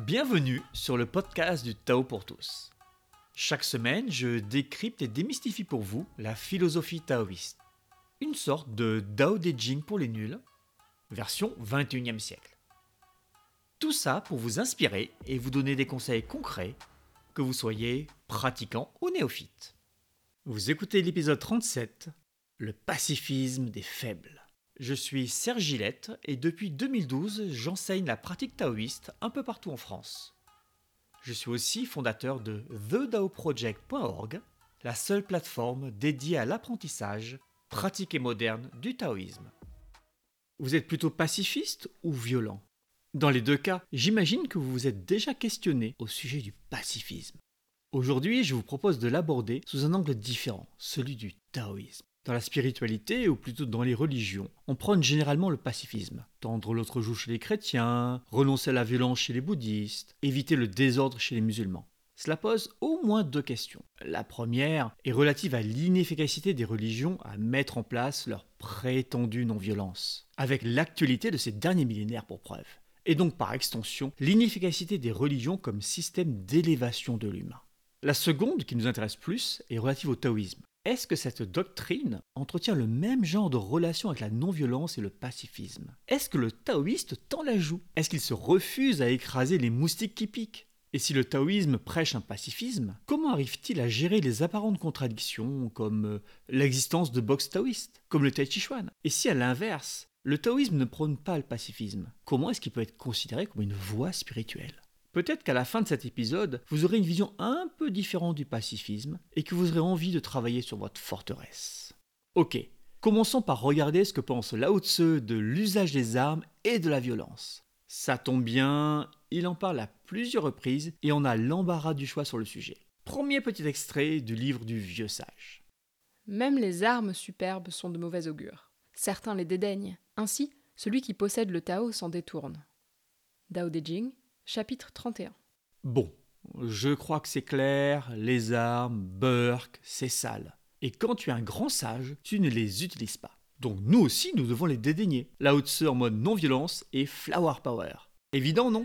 Bienvenue sur le podcast du Tao pour tous. Chaque semaine, je décrypte et démystifie pour vous la philosophie taoïste. Une sorte de Dao De Jing pour les nuls, version 21e siècle. Tout ça pour vous inspirer et vous donner des conseils concrets, que vous soyez pratiquant ou néophyte. Vous écoutez l'épisode 37, le pacifisme des faibles. Je suis Serge Gillette et depuis 2012, j'enseigne la pratique taoïste un peu partout en France. Je suis aussi fondateur de thedaoproject.org, la seule plateforme dédiée à l'apprentissage, pratique et moderne du taoïsme. Vous êtes plutôt pacifiste ou violent ? Dans les deux cas, j'imagine que vous vous êtes déjà questionné au sujet du pacifisme. Aujourd'hui, je vous propose de l'aborder sous un angle différent, celui du taoïsme. Dans la spiritualité, ou plutôt dans les religions, on prône généralement le pacifisme. Tendre l'autre joue chez les chrétiens, renoncer à la violence chez les bouddhistes, éviter le désordre chez les musulmans. Cela pose au moins deux questions. La première est relative à l'inefficacité des religions à mettre en place leur prétendue non-violence, avec l'actualité de ces derniers millénaires pour preuve. Et donc par extension, l'inefficacité des religions comme système d'élévation de l'humain. La seconde, qui nous intéresse plus, est relative au taoïsme. Est-ce que cette doctrine entretient le même genre de relation avec la non-violence et le pacifisme ? Est-ce que le taoïste tend la joue ? Est-ce qu'il se refuse à écraser les moustiques qui piquent ? Et si le taoïsme prêche un pacifisme, comment arrive-t-il à gérer les apparentes contradictions comme l'existence de boxe taoïste, comme le tai chi chuan ? Et si à l'inverse, le taoïsme ne prône pas le pacifisme, comment est-ce qu'il peut être considéré comme une voie spirituelle ? Peut-être qu'à la fin de cet épisode, vous aurez une vision un peu différente du pacifisme et que vous aurez envie de travailler sur votre forteresse. Ok, commençons par regarder ce que pense Lao Tzu de l'usage des armes et de la violence. Ça tombe bien, il en parle à plusieurs reprises et on a l'embarras du choix sur le sujet. Premier petit extrait du livre du vieux sage. Même les armes superbes sont de mauvais augure. Certains les dédaignent. Ainsi, celui qui possède le Tao s'en détourne. Dao De Jing, chapitre 31. Bon, je crois que c'est clair, les armes, Burke, c'est sale. Et quand tu es un grand sage, tu ne les utilises pas. Donc nous aussi, nous devons les dédaigner. Lao Tzu en mode non-violence et flower power. Évident, non ?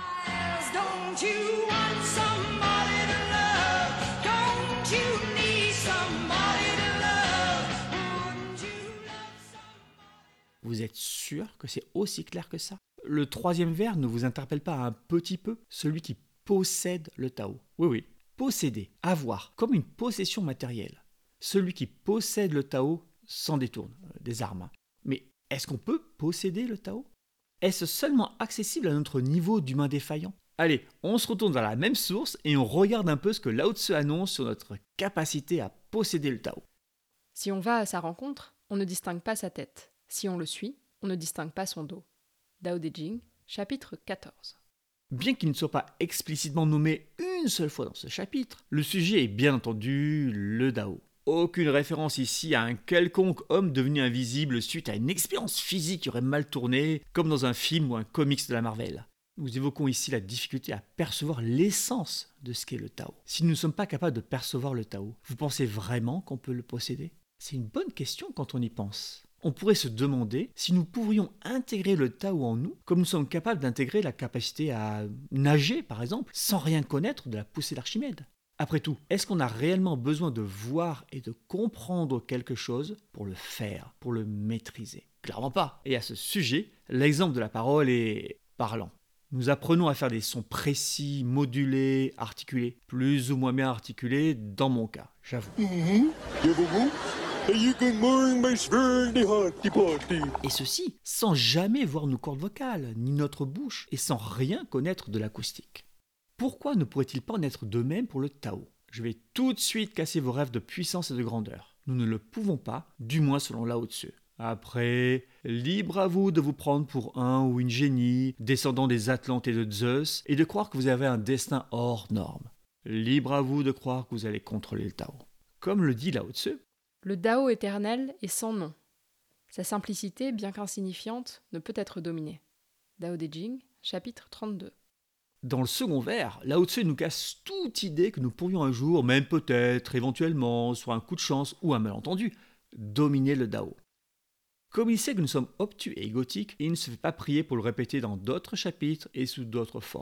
Vous êtes sûr que c'est aussi clair que ça ? Le troisième vers ne vous interpelle pas un petit peu ? Celui qui possède le Tao. Oui, posséder, avoir, comme une possession matérielle. Celui qui possède le Tao s'en détourne, des armes. Mais est-ce qu'on peut posséder le Tao ? Est-ce seulement accessible à notre niveau d'humain défaillant ? Allez, on se retourne vers la même source et on regarde un peu ce que Lao Tzu annonce sur notre capacité à posséder le Tao. Si on va à sa rencontre, on ne distingue pas sa tête. Si on le suit, on ne distingue pas son dos. Dao De Jing, chapitre 14. Bien qu'il ne soit pas explicitement nommé une seule fois dans ce chapitre, le sujet est bien entendu le Dao. Aucune référence ici à un quelconque homme devenu invisible suite à une expérience physique qui aurait mal tourné, comme dans un film ou un comics de la Marvel. Nous évoquons ici la difficulté à percevoir l'essence de ce qu'est le Tao. Si nous ne sommes pas capables de percevoir le Tao, vous pensez vraiment qu'on peut le posséder ? C'est une bonne question quand on y pense. On pourrait se demander si nous pourrions intégrer le Tao en nous, comme nous sommes capables d'intégrer la capacité à nager, par exemple, sans rien connaître de la poussée d'Archimède. Après tout, est-ce qu'on a réellement besoin de voir et de comprendre quelque chose pour le faire, pour le maîtriser ? Clairement pas. Et à ce sujet, l'exemple de la parole est parlant. Nous apprenons à faire des sons précis, modulés, articulés, plus ou moins bien articulés dans mon cas, j'avoue. Et ceci sans jamais voir nos cordes vocales, ni notre bouche, et sans rien connaître de l'acoustique. Pourquoi ne pourrait-il pas en être de même pour le Tao ? Je vais tout de suite casser vos rêves de puissance et de grandeur. Nous ne le pouvons pas, du moins selon Lao Tzu. Après, libre à vous de vous prendre pour un ou une génie, descendant des Atlantes et de Zeus, et de croire que vous avez un destin hors norme. Libre à vous de croire que vous allez contrôler le Tao. Comme le dit Lao Tzu, le Dao éternel est sans nom. Sa simplicité, bien qu'insignifiante, ne peut être dominée. Dao De Jing, chapitre 32. Dans le second vers, Lao Tzu nous casse toute idée que nous pourrions un jour, même peut-être, éventuellement, sur un coup de chance ou un malentendu, dominer le Dao. Comme il sait que nous sommes obtus et égotiques, il ne se fait pas prier pour le répéter dans d'autres chapitres et sous d'autres formes.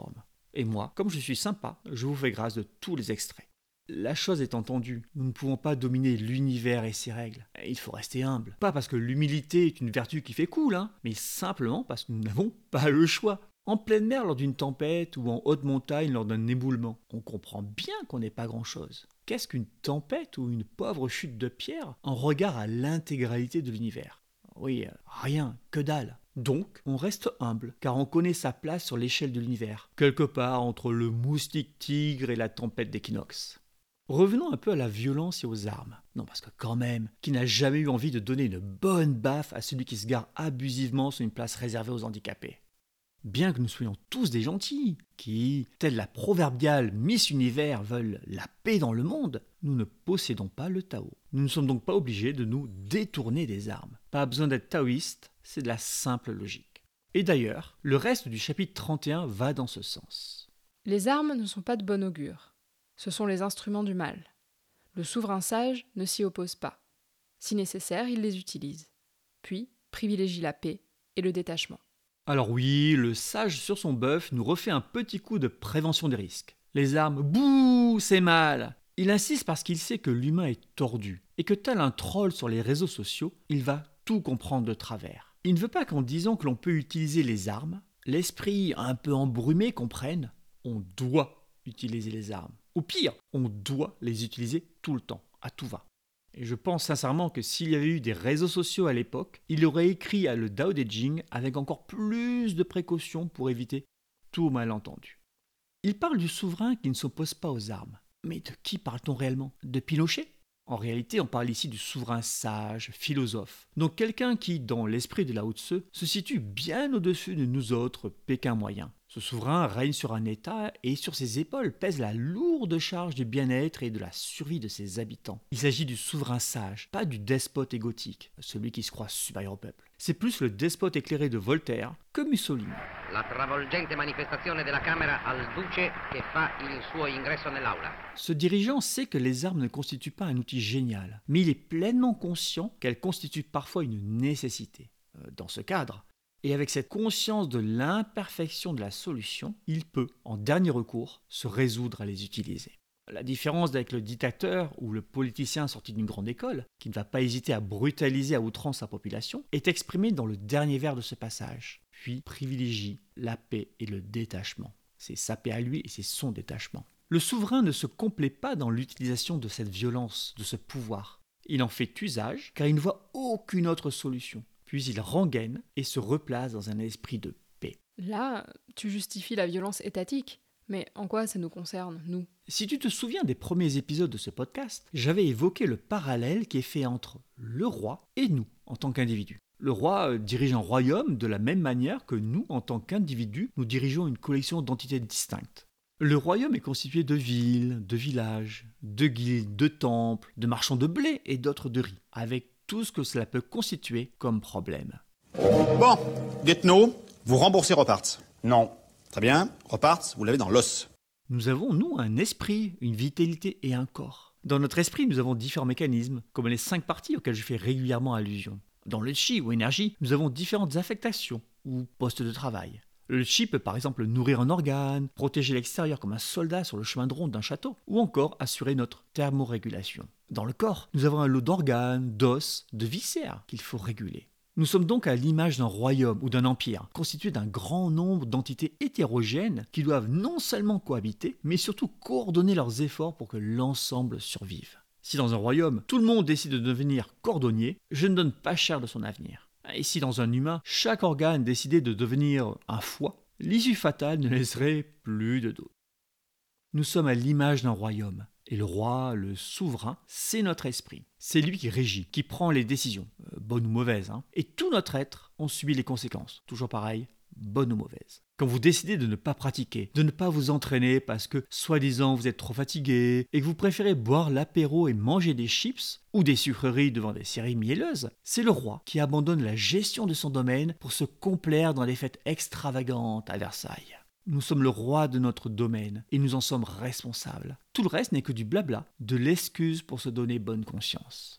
Et moi, comme je suis sympa, je vous fais grâce de tous les extraits. La chose est entendue, nous ne pouvons pas dominer l'univers et ses règles. Il faut rester humble. Pas parce que l'humilité est une vertu qui fait cool, mais simplement parce que nous n'avons pas le choix. En pleine mer lors d'une tempête ou en haute montagne lors d'un éboulement, on comprend bien qu'on n'est pas grand-chose. Qu'est-ce qu'une tempête ou une pauvre chute de pierre en regard à l'intégralité de l'univers? Oui, rien, que dalle. Donc, on reste humble, car on connaît sa place sur l'échelle de l'univers, quelque part entre le moustique tigre et la tempête d'équinoxe. Revenons un peu à la violence et aux armes. Non, parce que quand même, qui n'a jamais eu envie de donner une bonne baffe à celui qui se gare abusivement sur une place réservée aux handicapés? Bien que nous soyons tous des gentils, qui, telle la proverbiale Miss Univers, veulent la paix dans le monde, nous ne possédons pas le Tao. Nous ne sommes donc pas obligés de nous détourner des armes. Pas besoin d'être taoïste, c'est de la simple logique. Et d'ailleurs, le reste du chapitre 31 va dans ce sens. Les armes ne sont pas de bon augure. Ce sont les instruments du mal. Le souverain sage ne s'y oppose pas. Si nécessaire, il les utilise. Puis privilégie la paix et le détachement. Alors oui, le sage sur son bœuf nous refait un petit coup de prévention des risques. Les armes, bouh, c'est mal. Il insiste parce qu'il sait que l'humain est tordu et que tel un troll sur les réseaux sociaux, il va tout comprendre de travers. Il ne veut pas qu'en disant que l'on peut utiliser les armes, l'esprit un peu embrumé comprenne « on doit utiliser les armes ». Au pire, on doit les utiliser tout le temps, à tout va. Et je pense sincèrement que s'il y avait eu des réseaux sociaux à l'époque, il aurait écrit à le Dao De Jing avec encore plus de précautions pour éviter tout malentendu. Il parle du souverain qui ne s'oppose pas aux armes. Mais de qui parle-t-on réellement? De Pinochet? En réalité, on parle ici du souverain sage, philosophe. Donc quelqu'un qui, dans l'esprit de Lao Tse, se situe bien au-dessus de nous autres Pékin moyen. Ce souverain règne sur un État et sur ses épaules pèse la lourde charge du bien-être et de la survie de ses habitants. Il s'agit du souverain sage, pas du despote égotique, celui qui se croit supérieur au peuple. C'est plus le despote éclairé de Voltaire que Mussolini. La travolgente manifestazione della Camera al Duce che fa il suo ingresso nell'aula. Ce dirigeant sait que les armes ne constituent pas un outil génial, mais il est pleinement conscient qu'elles constituent parfois une nécessité. Dans ce cadre, et avec cette conscience de l'imperfection de la solution, il peut, en dernier recours, se résoudre à les utiliser. La différence avec le dictateur ou le politicien sorti d'une grande école, qui ne va pas hésiter à brutaliser à outrance sa population, est exprimée dans le dernier vers de ce passage, puis privilégie la paix et le détachement. C'est sa paix à lui et c'est son détachement. Le souverain ne se complaît pas dans l'utilisation de cette violence, de ce pouvoir. Il en fait usage car il ne voit aucune autre solution. Puis il rengaine et se replace dans un esprit de paix. Là, tu justifies la violence étatique. Mais en quoi ça nous concerne, nous? Si tu te souviens des premiers épisodes de ce podcast, j'avais évoqué le parallèle qui est fait entre le roi et nous, en tant qu'individus. Le roi dirige un royaume de la même manière que nous, en tant qu'individus, nous dirigeons une collection d'entités distinctes. Le royaume est constitué de villes, de villages, de guildes, de temples, de marchands de blé et d'autres de riz, avec tout ce que cela peut constituer comme problème. Bon, dites-nous, vous remboursez Reparts? Non. Très bien, Reparts, vous l'avez dans l'os. Nous avons, nous, un esprit, une vitalité et un corps. Dans notre esprit, nous avons différents mécanismes, comme les 5 parties auxquelles je fais régulièrement allusion. Dans le chi ou énergie, nous avons différentes affectations ou postes de travail. Le chi peut par exemple nourrir un organe, protéger l'extérieur comme un soldat sur le chemin de ronde d'un château, ou encore assurer notre thermorégulation. Dans le corps, nous avons un lot d'organes, d'os, de viscères qu'il faut réguler. Nous sommes donc à l'image d'un royaume ou d'un empire, constitué d'un grand nombre d'entités hétérogènes qui doivent non seulement cohabiter, mais surtout coordonner leurs efforts pour que l'ensemble survive. Si dans un royaume, tout le monde décide de devenir cordonnier, je ne donne pas cher de son avenir. Et si dans un humain, chaque organe décidait de devenir un foie, l'issue fatale ne laisserait plus de doute. Nous sommes à l'image d'un royaume. Et le roi, le souverain, c'est notre esprit. C'est lui qui régit, qui prend les décisions, bonnes ou mauvaises. Et tout notre être en subit les conséquences. Toujours pareil, bonnes ou mauvaises. Quand vous décidez de ne pas pratiquer, de ne pas vous entraîner parce que, soi-disant, vous êtes trop fatigué et que vous préférez boire l'apéro et manger des chips ou des sucreries devant des séries mielleuses, c'est le roi qui abandonne la gestion de son domaine pour se complaire dans les fêtes extravagantes à Versailles. Nous sommes le roi de notre domaine et nous en sommes responsables. Tout le reste n'est que du blabla, de l'excuse pour se donner bonne conscience.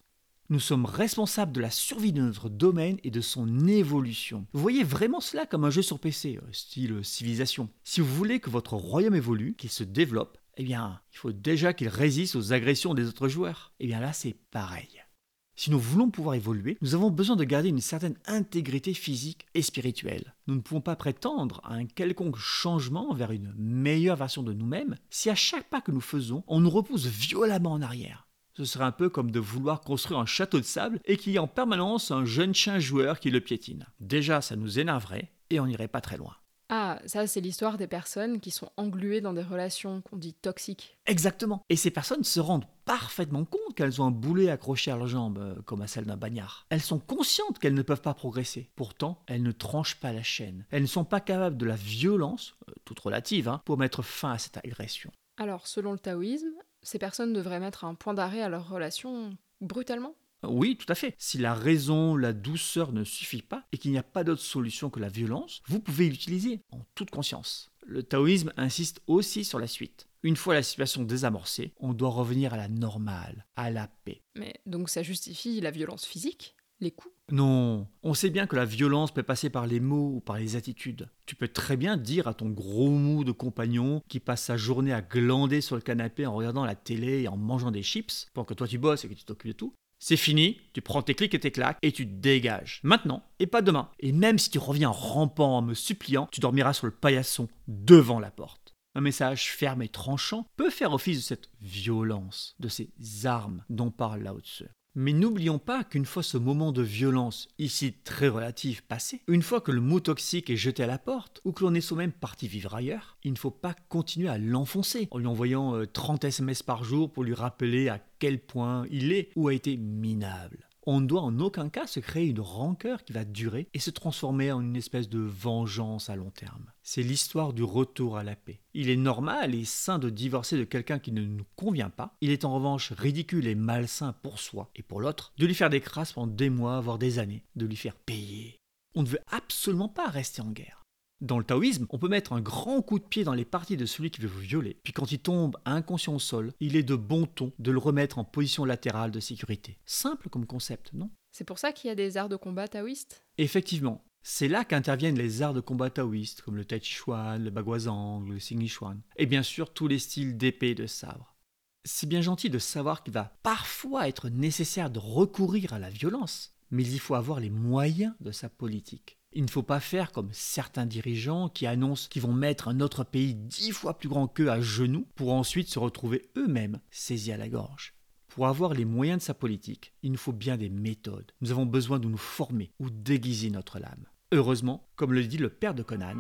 Nous sommes responsables de la survie de notre domaine et de son évolution. Vous voyez vraiment cela comme un jeu sur PC, style Civilisation. Si vous voulez que votre royaume évolue, qu'il se développe, eh bien, il faut déjà qu'il résiste aux agressions des autres joueurs. Eh bien là, c'est pareil. Si nous voulons pouvoir évoluer, nous avons besoin de garder une certaine intégrité physique et spirituelle. Nous ne pouvons pas prétendre à un quelconque changement vers une meilleure version de nous-mêmes si à chaque pas que nous faisons, on nous repousse violemment en arrière. Ce serait un peu comme de vouloir construire un château de sable et qu'il y ait en permanence un jeune chien joueur qui le piétine. Déjà, ça nous énerverait et on n'irait pas très loin. Ah, ça c'est l'histoire des personnes qui sont engluées dans des relations qu'on dit toxiques. Exactement. Et ces personnes se rendent parfaitement compte qu'elles ont un boulet accroché à leurs jambes, comme à celle d'un bagnard. Elles sont conscientes qu'elles ne peuvent pas progresser. Pourtant, elles ne tranchent pas la chaîne. Elles ne sont pas capables de la violence, toute relative, pour mettre fin à cette agression. Alors, selon le taoïsme, ces personnes devraient mettre un point d'arrêt à leur relation brutalement. Oui, tout à fait. Si la raison, la douceur ne suffit pas et qu'il n'y a pas d'autre solution que la violence, vous pouvez l'utiliser en toute conscience. Le taoïsme insiste aussi sur la suite. Une fois la situation désamorcée, on doit revenir à la normale, à la paix. Mais donc ça justifie la violence physique, les coups. Non, on sait bien que la violence peut passer par les mots ou par les attitudes. Tu peux très bien dire à ton gros mou de compagnon qui passe sa journée à glander sur le canapé en regardant la télé et en mangeant des chips, pendant que toi tu bosses et que tu t'occupes de tout. C'est fini, tu prends tes clics et tes claques et tu te dégages. Maintenant et pas demain. Et même si tu reviens rampant en me suppliant, tu dormiras sur le paillasson devant la porte. Un message ferme et tranchant peut faire office de cette violence, de ces armes dont parle Lao Tzu. Mais n'oublions pas qu'une fois ce moment de violence, ici très relatif, passé, une fois que le mot toxique est jeté à la porte, ou que l'on est soi-même parti vivre ailleurs, il ne faut pas continuer à l'enfoncer en lui envoyant 30 SMS par jour pour lui rappeler à quel point il est ou a été minable. On ne doit en aucun cas se créer une rancœur qui va durer et se transformer en une espèce de vengeance à long terme. C'est l'histoire du retour à la paix. Il est normal et sain de divorcer de quelqu'un qui ne nous convient pas. Il est en revanche ridicule et malsain pour soi et pour l'autre de lui faire des crasses pendant des mois, voire des années, de lui faire payer. On ne veut absolument pas rester en guerre. Dans le taoïsme, on peut mettre un grand coup de pied dans les parties de celui qui veut vous violer, puis quand il tombe inconscient au sol, il est de bon ton de le remettre en position latérale de sécurité. Simple comme concept, non ? C'est pour ça qu'il y a des arts de combat taoïstes. Effectivement, c'est là qu'interviennent les arts de combat taoïstes, comme le tai chi chuan, le baguazhang, le xingyi chuan, et bien sûr tous les styles d'épée et de sabre. C'est bien gentil de savoir qu'il va parfois être nécessaire de recourir à la violence, mais il faut avoir les moyens de sa politique. Il ne faut pas faire comme certains dirigeants qui annoncent qu'ils vont mettre un autre pays 10 fois plus grand qu'eux à genoux pour ensuite se retrouver eux-mêmes saisis à la gorge. Pour avoir les moyens de sa politique, il nous faut bien des méthodes. Nous avons besoin de nous former ou d'aiguiser notre lame. Heureusement, comme le dit le père de Conan,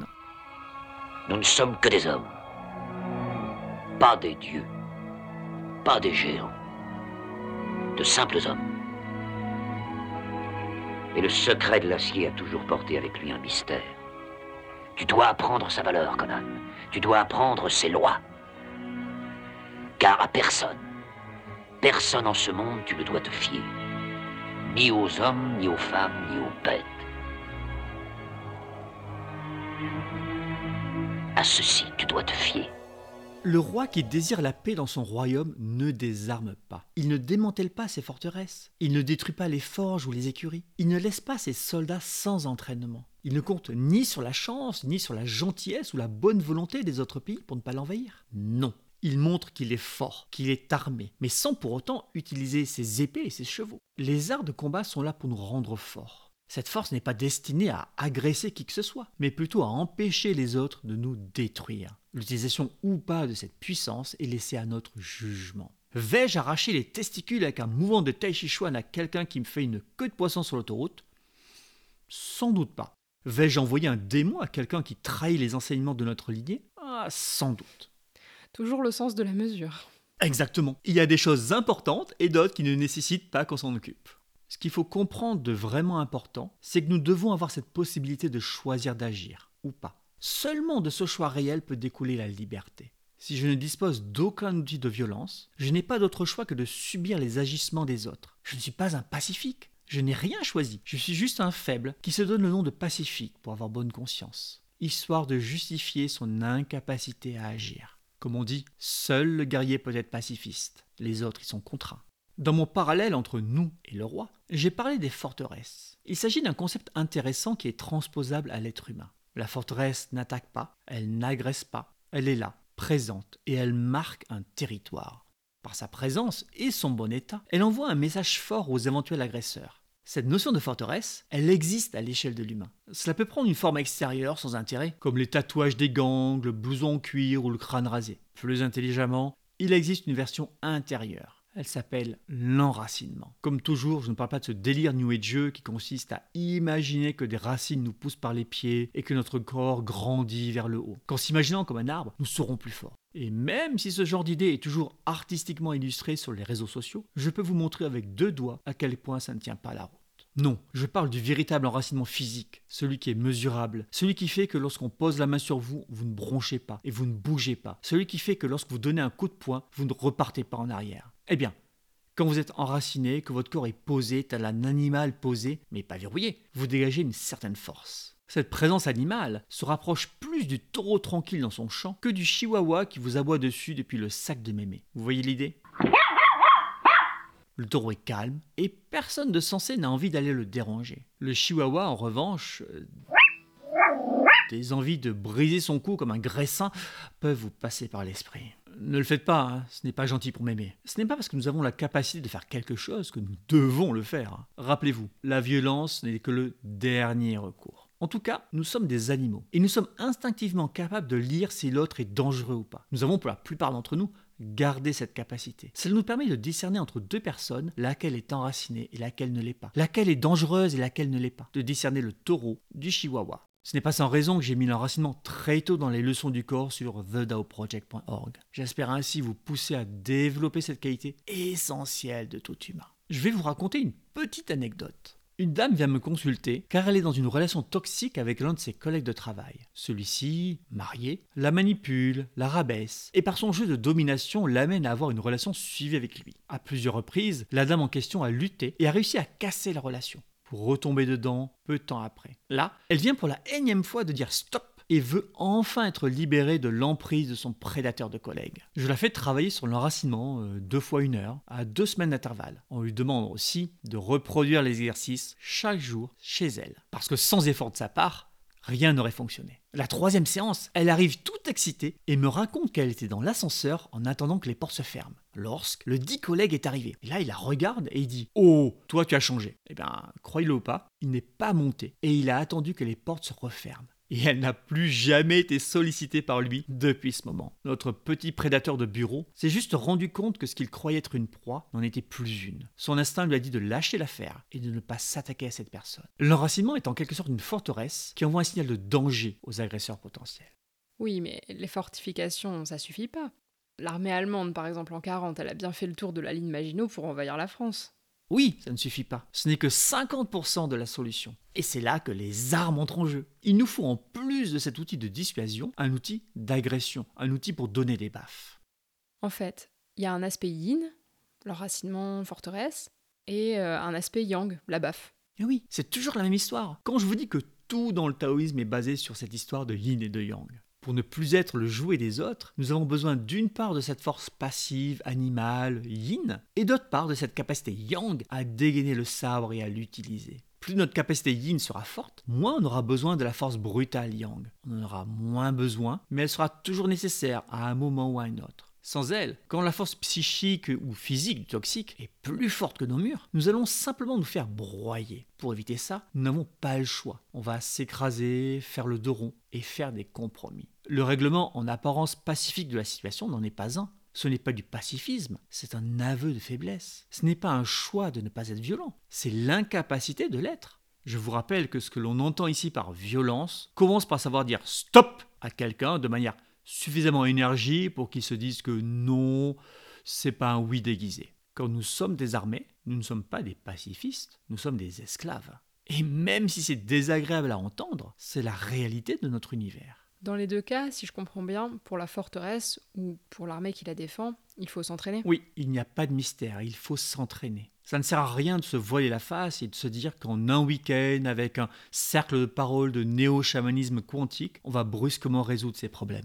nous ne sommes que des hommes, pas des dieux, pas des géants, de simples hommes. Et le secret de l'acier a toujours porté avec lui un mystère. Tu dois apprendre sa valeur, Conan. Tu dois apprendre ses lois. Car à personne en ce monde tu ne dois te fier. Ni aux hommes, ni aux femmes, ni aux bêtes. À ceci, tu dois te fier. le roi qui désire la paix dans son royaume ne désarme pas. Il ne démantèle pas ses forteresses. Il ne détruit pas les forges ou les écuries. Il ne laisse pas ses soldats sans entraînement. Il ne compte ni sur la chance, ni sur la gentillesse ou la bonne volonté des autres pays pour ne pas l'envahir. Non. Il montre qu'il est fort, qu'il est armé, mais sans pour autant utiliser ses épées et ses chevaux. Les arts de combat sont là pour nous rendre forts. Cette force n'est pas destinée à agresser qui que ce soit, mais plutôt à empêcher les autres de nous détruire. L'utilisation ou pas de cette puissance est laissée à notre jugement. Vais-je arracher les testicules avec un mouvement de tai chi chuan à quelqu'un qui me fait une queue de poisson sur l'autoroute ? Sans doute pas. Vais-je envoyer un démon à quelqu'un qui trahit les enseignements de notre lignée ? Sans doute. Toujours le sens de la mesure. Exactement. Il y a des choses importantes et d'autres qui ne nécessitent pas qu'on s'en occupe. Ce qu'il faut comprendre de vraiment important, c'est que nous devons avoir cette possibilité de choisir d'agir, ou pas. Seulement de ce choix réel peut découler la liberté. Si je ne dispose d'aucun outil de violence, je n'ai pas d'autre choix que de subir les agissements des autres. Je ne suis pas un pacifique. Je n'ai rien choisi. Je suis juste un faible qui se donne le nom de pacifique pour avoir bonne conscience, histoire de justifier son incapacité à agir. Comme on dit, seul le guerrier peut être pacifiste. Les autres y sont contraints. Dans mon parallèle entre nous et le roi, j'ai parlé des forteresses. Il s'agit d'un concept intéressant qui est transposable à l'être humain. La forteresse n'attaque pas, elle n'agresse pas, elle est là, présente, et elle marque un territoire. Par sa présence et son bon état, elle envoie un message fort aux éventuels agresseurs. Cette notion de forteresse, elle existe à l'échelle de l'humain. Cela peut prendre une forme extérieure sans intérêt, comme les tatouages des gangs, le blouson en cuir ou le crâne rasé. Plus intelligemment, il existe une version intérieure. Elle s'appelle l'enracinement. Comme toujours, je ne parle pas de ce délire new ageux qui consiste à imaginer que des racines nous poussent par les pieds et que notre corps grandit vers le haut. Qu'en s'imaginant comme un arbre, nous serons plus forts. Et même si ce genre d'idée est toujours artistiquement illustré sur les réseaux sociaux, je peux vous montrer avec 2 doigts à quel point ça ne tient pas la route. Non, je parle du véritable enracinement physique, celui qui est mesurable, celui qui fait que lorsqu'on pose la main sur vous, vous ne bronchez pas et vous ne bougez pas, celui qui fait que lorsque vous donnez un coup de poing, vous ne repartez pas en arrière. Eh bien, quand vous êtes enraciné, que votre corps est posé tel un animal posé, mais pas verrouillé, vous dégagez une certaine force. Cette présence animale se rapproche plus du taureau tranquille dans son champ que du chihuahua qui vous aboie dessus depuis le sac de mémé. Vous voyez l'idée ? Le taureau est calme et personne de sensé n'a envie d'aller le déranger. Le chihuahua, en revanche, des envies de briser son cou comme un graissin peuvent vous passer par l'esprit. Ne le faites pas, hein, ce n'est pas gentil pour mémé. Ce n'est pas parce que nous avons la capacité de faire quelque chose que nous devons le faire. Hein. Rappelez-vous, la violence n'est que le dernier recours. En tout cas, nous sommes des animaux et nous sommes instinctivement capables de lire si l'autre est dangereux ou pas. Nous avons pour la plupart d'entre nous gardé cette capacité. Cela nous permet de discerner entre 2 personnes laquelle est enracinée et laquelle ne l'est pas, laquelle est dangereuse et laquelle ne l'est pas, de discerner le taureau du chihuahua. Ce n'est pas sans raison que j'ai mis l'enracinement très tôt dans les leçons du corps sur thedaoproject.org. J'espère ainsi vous pousser à développer cette qualité essentielle de tout humain. Je vais vous raconter une petite anecdote. Une dame vient me consulter car elle est dans une relation toxique avec l'un de ses collègues de travail. Celui-ci, marié, la manipule, la rabaisse et par son jeu de domination l'amène à avoir une relation suivie avec lui. À plusieurs reprises, la dame en question a lutté et a réussi à casser la relation, pour retomber dedans peu de temps après. Là, elle vient pour la énième fois de dire stop et veut enfin être libérée de l'emprise de son prédateur de collègue. Je la fais travailler sur l'enracinement 2 fois 1 heure, à 2 semaines d'intervalle. On lui demande aussi de reproduire les exercices chaque jour chez elle. Parce que sans effort de sa part, rien n'aurait fonctionné. La 3e séance, elle arrive toute excitée et me raconte qu'elle était dans l'ascenseur en attendant que les portes se ferment. Lorsque le dit collègue est arrivé. Et là, il la regarde et il dit « Oh, toi tu as changé ». Eh bien, croyez-le ou pas, il n'est pas monté et il a attendu que les portes se referment. Et elle n'a plus jamais été sollicitée par lui depuis ce moment. Notre petit prédateur de bureau s'est juste rendu compte que ce qu'il croyait être une proie n'en était plus une. Son instinct lui a dit de lâcher l'affaire et de ne pas s'attaquer à cette personne. L'enracinement est en quelque sorte une forteresse qui envoie un signal de danger aux agresseurs potentiels. Oui, mais les fortifications, ça suffit pas. L'armée allemande, par exemple, en 40, elle a bien fait le tour de la ligne Maginot pour envahir la France. Oui, ça ne suffit pas. Ce n'est que 50% de la solution. Et c'est là que les armes entrent en jeu. Il nous faut en plus de cet outil de dissuasion, un outil d'agression, un outil pour donner des baffes. En fait, il y a un aspect yin, l'enracinement, forteresse, et un aspect yang, la baffe. Et oui, c'est toujours la même histoire. Quand je vous dis que tout dans le taoïsme est basé sur cette histoire de yin et de yang. Pour ne plus être le jouet des autres, nous avons besoin d'une part de cette force passive, animale, yin, et d'autre part de cette capacité yang à dégainer le sabre et à l'utiliser. Plus notre capacité yin sera forte, moins on aura besoin de la force brutale yang. On en aura moins besoin, mais elle sera toujours nécessaire à un moment ou à un autre. Sans elle, quand la force psychique ou physique du toxique est plus forte que nos murs, nous allons simplement nous faire broyer. Pour éviter ça, nous n'avons pas le choix. On va s'écraser, faire le dos rond et faire des compromis. Le règlement en apparence pacifique de la situation n'en est pas un. Ce n'est pas du pacifisme, c'est un aveu de faiblesse. Ce n'est pas un choix de ne pas être violent, c'est l'incapacité de l'être. Je vous rappelle que ce que l'on entend ici par violence commence par savoir dire stop à quelqu'un de manière suffisamment énergie pour qu'ils se disent que non, c'est pas un oui déguisé. Quand nous sommes désarmés, nous ne sommes pas des pacifistes, nous sommes des esclaves. Et même si c'est désagréable à entendre, c'est la réalité de notre univers. Dans les 2 cas, si je comprends bien, pour la forteresse ou pour l'armée qui la défend, il faut s'entraîner. Oui, il n'y a pas de mystère, il faut s'entraîner. Ça ne sert à rien de se voiler la face et de se dire qu'en un week-end, avec un cercle de paroles de néo-chamanisme quantique, on va brusquement résoudre ces problèmes.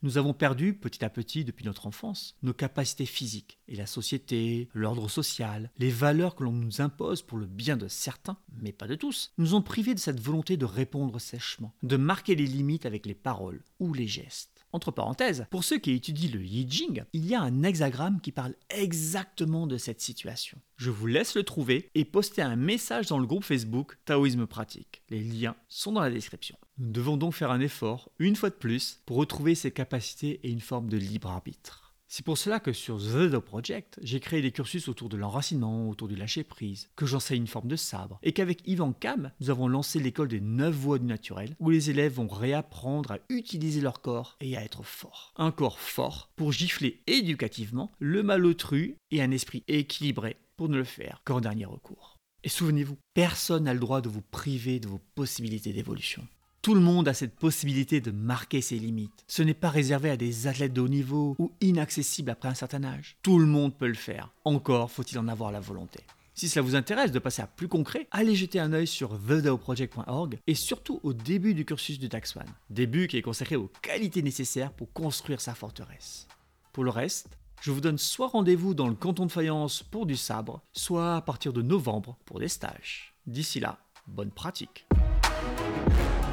Nous avons perdu petit à petit depuis notre enfance nos capacités physiques et la société, l'ordre social, les valeurs que l'on nous impose pour le bien de certains, mais pas de tous, nous ont privés de cette volonté de répondre sèchement, de marquer les limites avec les paroles ou les gestes. Entre parenthèses, pour ceux qui étudient le Yi Jing, il y a un hexagramme qui parle exactement de cette situation. Je vous laisse le trouver et poster un message dans le groupe Facebook Taoïsme Pratique. Les liens sont dans la description. Nous devons donc faire un effort, une fois de plus, pour retrouver ces capacités et une forme de libre arbitre. C'est pour cela que sur The Dao Project, j'ai créé des cursus autour de l'enracinement, autour du lâcher-prise, que j'enseigne une forme de sabre, et qu'avec Yvan Cam, nous avons lancé l'école des 9 voies du naturel, où les élèves vont réapprendre à utiliser leur corps et à être forts. Un corps fort pour gifler éducativement le malotru et un esprit équilibré pour ne le faire qu'en dernier recours. Et souvenez-vous, personne n'a le droit de vous priver de vos possibilités d'évolution. Tout le monde a cette possibilité de marquer ses limites. Ce n'est pas réservé à des athlètes de haut niveau ou inaccessible après un certain âge. Tout le monde peut le faire. Encore faut-il en avoir la volonté. Si cela vous intéresse de passer à plus concret, allez jeter un œil sur thedaoproject.org et surtout au début du cursus du Tax One. Début qui est consacré aux qualités nécessaires pour construire sa forteresse. Pour le reste, je vous donne soit rendez-vous dans le canton de Fayence pour du sabre, soit à partir de novembre pour des stages. D'ici là, bonne pratique.